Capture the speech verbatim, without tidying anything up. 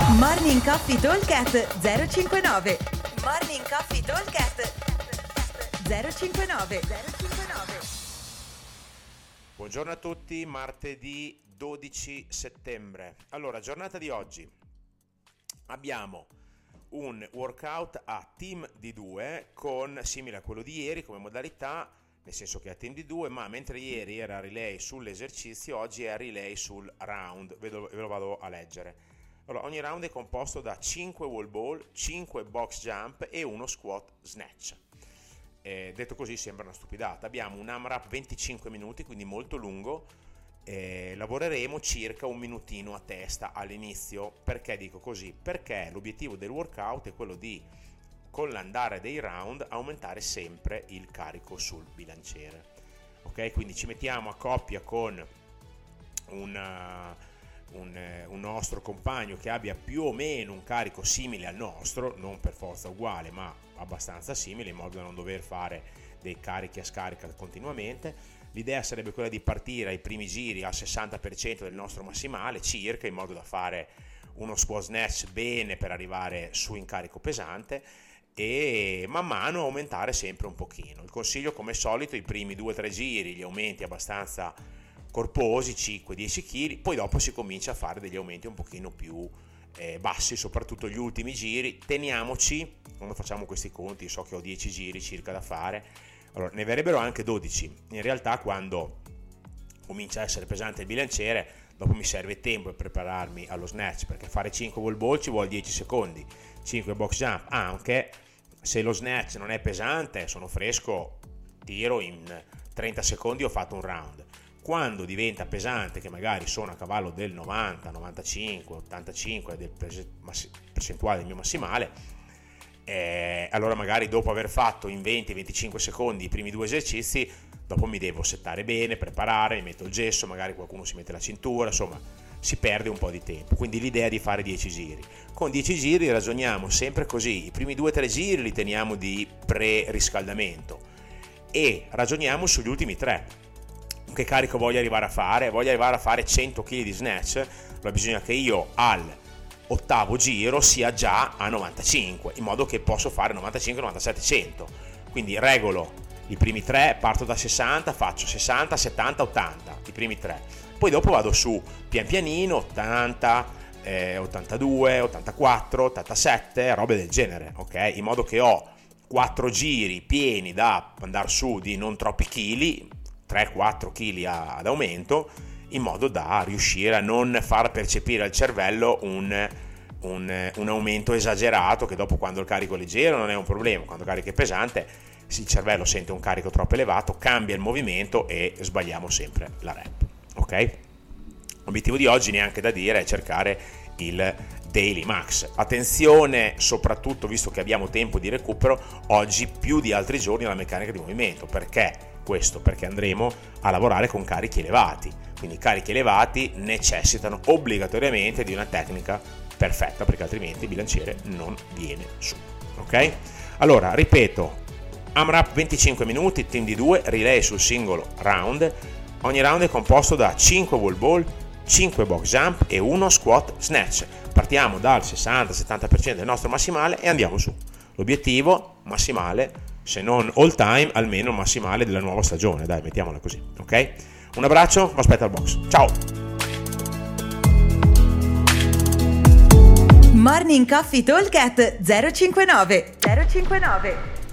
Morning Coffee Talkcast zero cinquantanove. Morning Coffee Talkcast zero cinquantanove. Buongiorno a tutti, martedì dodici settembre. Allora, giornata di oggi. Abbiamo un workout a team di due con simile a quello di ieri come modalità, nel senso che è a team di due, ma mentre ieri era relay sull'esercizio, oggi è relay sul round. Ve lo, ve lo vado a leggere. Allora, ogni round è composto da cinque wall ball, cinque box jump e uno squat snatch. Eh, detto così sembra una stupidata. Abbiamo un AMRAP venticinque minuti, quindi molto lungo. Eh, lavoreremo circa un minutino a testa all'inizio. Perché dico così? Perché l'obiettivo del workout è quello di, con l'andare dei round, aumentare sempre il carico sul bilanciere. Ok? Quindi ci mettiamo a coppia con una... Un, un nostro compagno che abbia più o meno un carico simile al nostro, non per forza uguale ma abbastanza simile, in modo da non dover fare dei carichi a scarica continuamente. L'idea sarebbe quella di partire ai primi giri al sessanta per cento del nostro massimale circa, in modo da fare uno squat snatch bene per arrivare su in carico pesante e man mano aumentare sempre un pochino. Il consiglio, come al solito, i primi due tre giri gli aumenti abbastanza corposi, cinque dieci chili, poi dopo si comincia a fare degli aumenti un pochino più eh, bassi, soprattutto gli ultimi giri. Teniamoci, quando facciamo questi conti, so che ho dieci giri circa da fare, allora ne verrebbero anche dodici. In realtà, quando comincia a essere pesante il bilanciere, dopo mi serve tempo per prepararmi allo snatch, perché fare cinque wall ball ci vuole dieci secondi, cinque box jump anche. Se lo snatch non è pesante, sono fresco, tiro in trenta secondi, ho fatto un round. Quando diventa pesante, che magari sono a cavallo del novanta, novantacinque, ottantacinque del percentuale del mio massimale, eh, allora magari dopo aver fatto in venti venticinque secondi i primi due esercizi, dopo mi devo settare bene, preparare, mi metto il gesso, magari qualcuno si mette la cintura, insomma si perde un po' di tempo. Quindi l'idea è di fare dieci giri. Con dieci giri ragioniamo sempre così: i primi due tre giri li teniamo di pre-riscaldamento e ragioniamo sugli ultimi tre. Che carico voglio arrivare a fare? Voglio arrivare a fare cento chili di snatch? Allora bisogna che io al ottavo giro sia già a novantacinque, in modo che posso fare novantacinque, novantasette, cento. Quindi regolo i primi tre, parto da sessanta, faccio sessanta, settanta, ottanta, i primi tre. Poi dopo vado su pian pianino, ottanta, eh, ottantadue, ottantaquattro, ottantasette, robe del genere, ok? In modo che ho quattro giri pieni da andare su di non troppi chili, tre quattro chili ad aumento, in modo da riuscire a non far percepire al cervello un, un, un aumento esagerato, che dopo, quando il carico è leggero, non è un problema. Quando il carico è pesante, il cervello sente un carico troppo elevato, cambia il movimento e sbagliamo sempre la rep. Ok? L'obiettivo di oggi, neanche da dire, è cercare il daily max. Attenzione, soprattutto visto che abbiamo tempo di recupero oggi più di altri giorni, alla meccanica di movimento. Perché questo? Perché andremo a lavorare con carichi elevati, quindi carichi elevati necessitano obbligatoriamente di una tecnica perfetta, perché altrimenti il bilanciere non viene su. Ok? Allora, ripeto, AMRAP venticinque minuti, team di due, relay sul singolo round. Ogni round è composto da cinque wall ball, cinque box jump e uno squat snatch. Partiamo dal sessanta settanta per cento del nostro massimale e andiamo su. L'obiettivo massimale, se non all time, almeno massimale della nuova stagione, dai, mettiamola così, ok? Un abbraccio, mi aspetta al box, ciao! Morning Coffee Talkcast zero cinquantanove.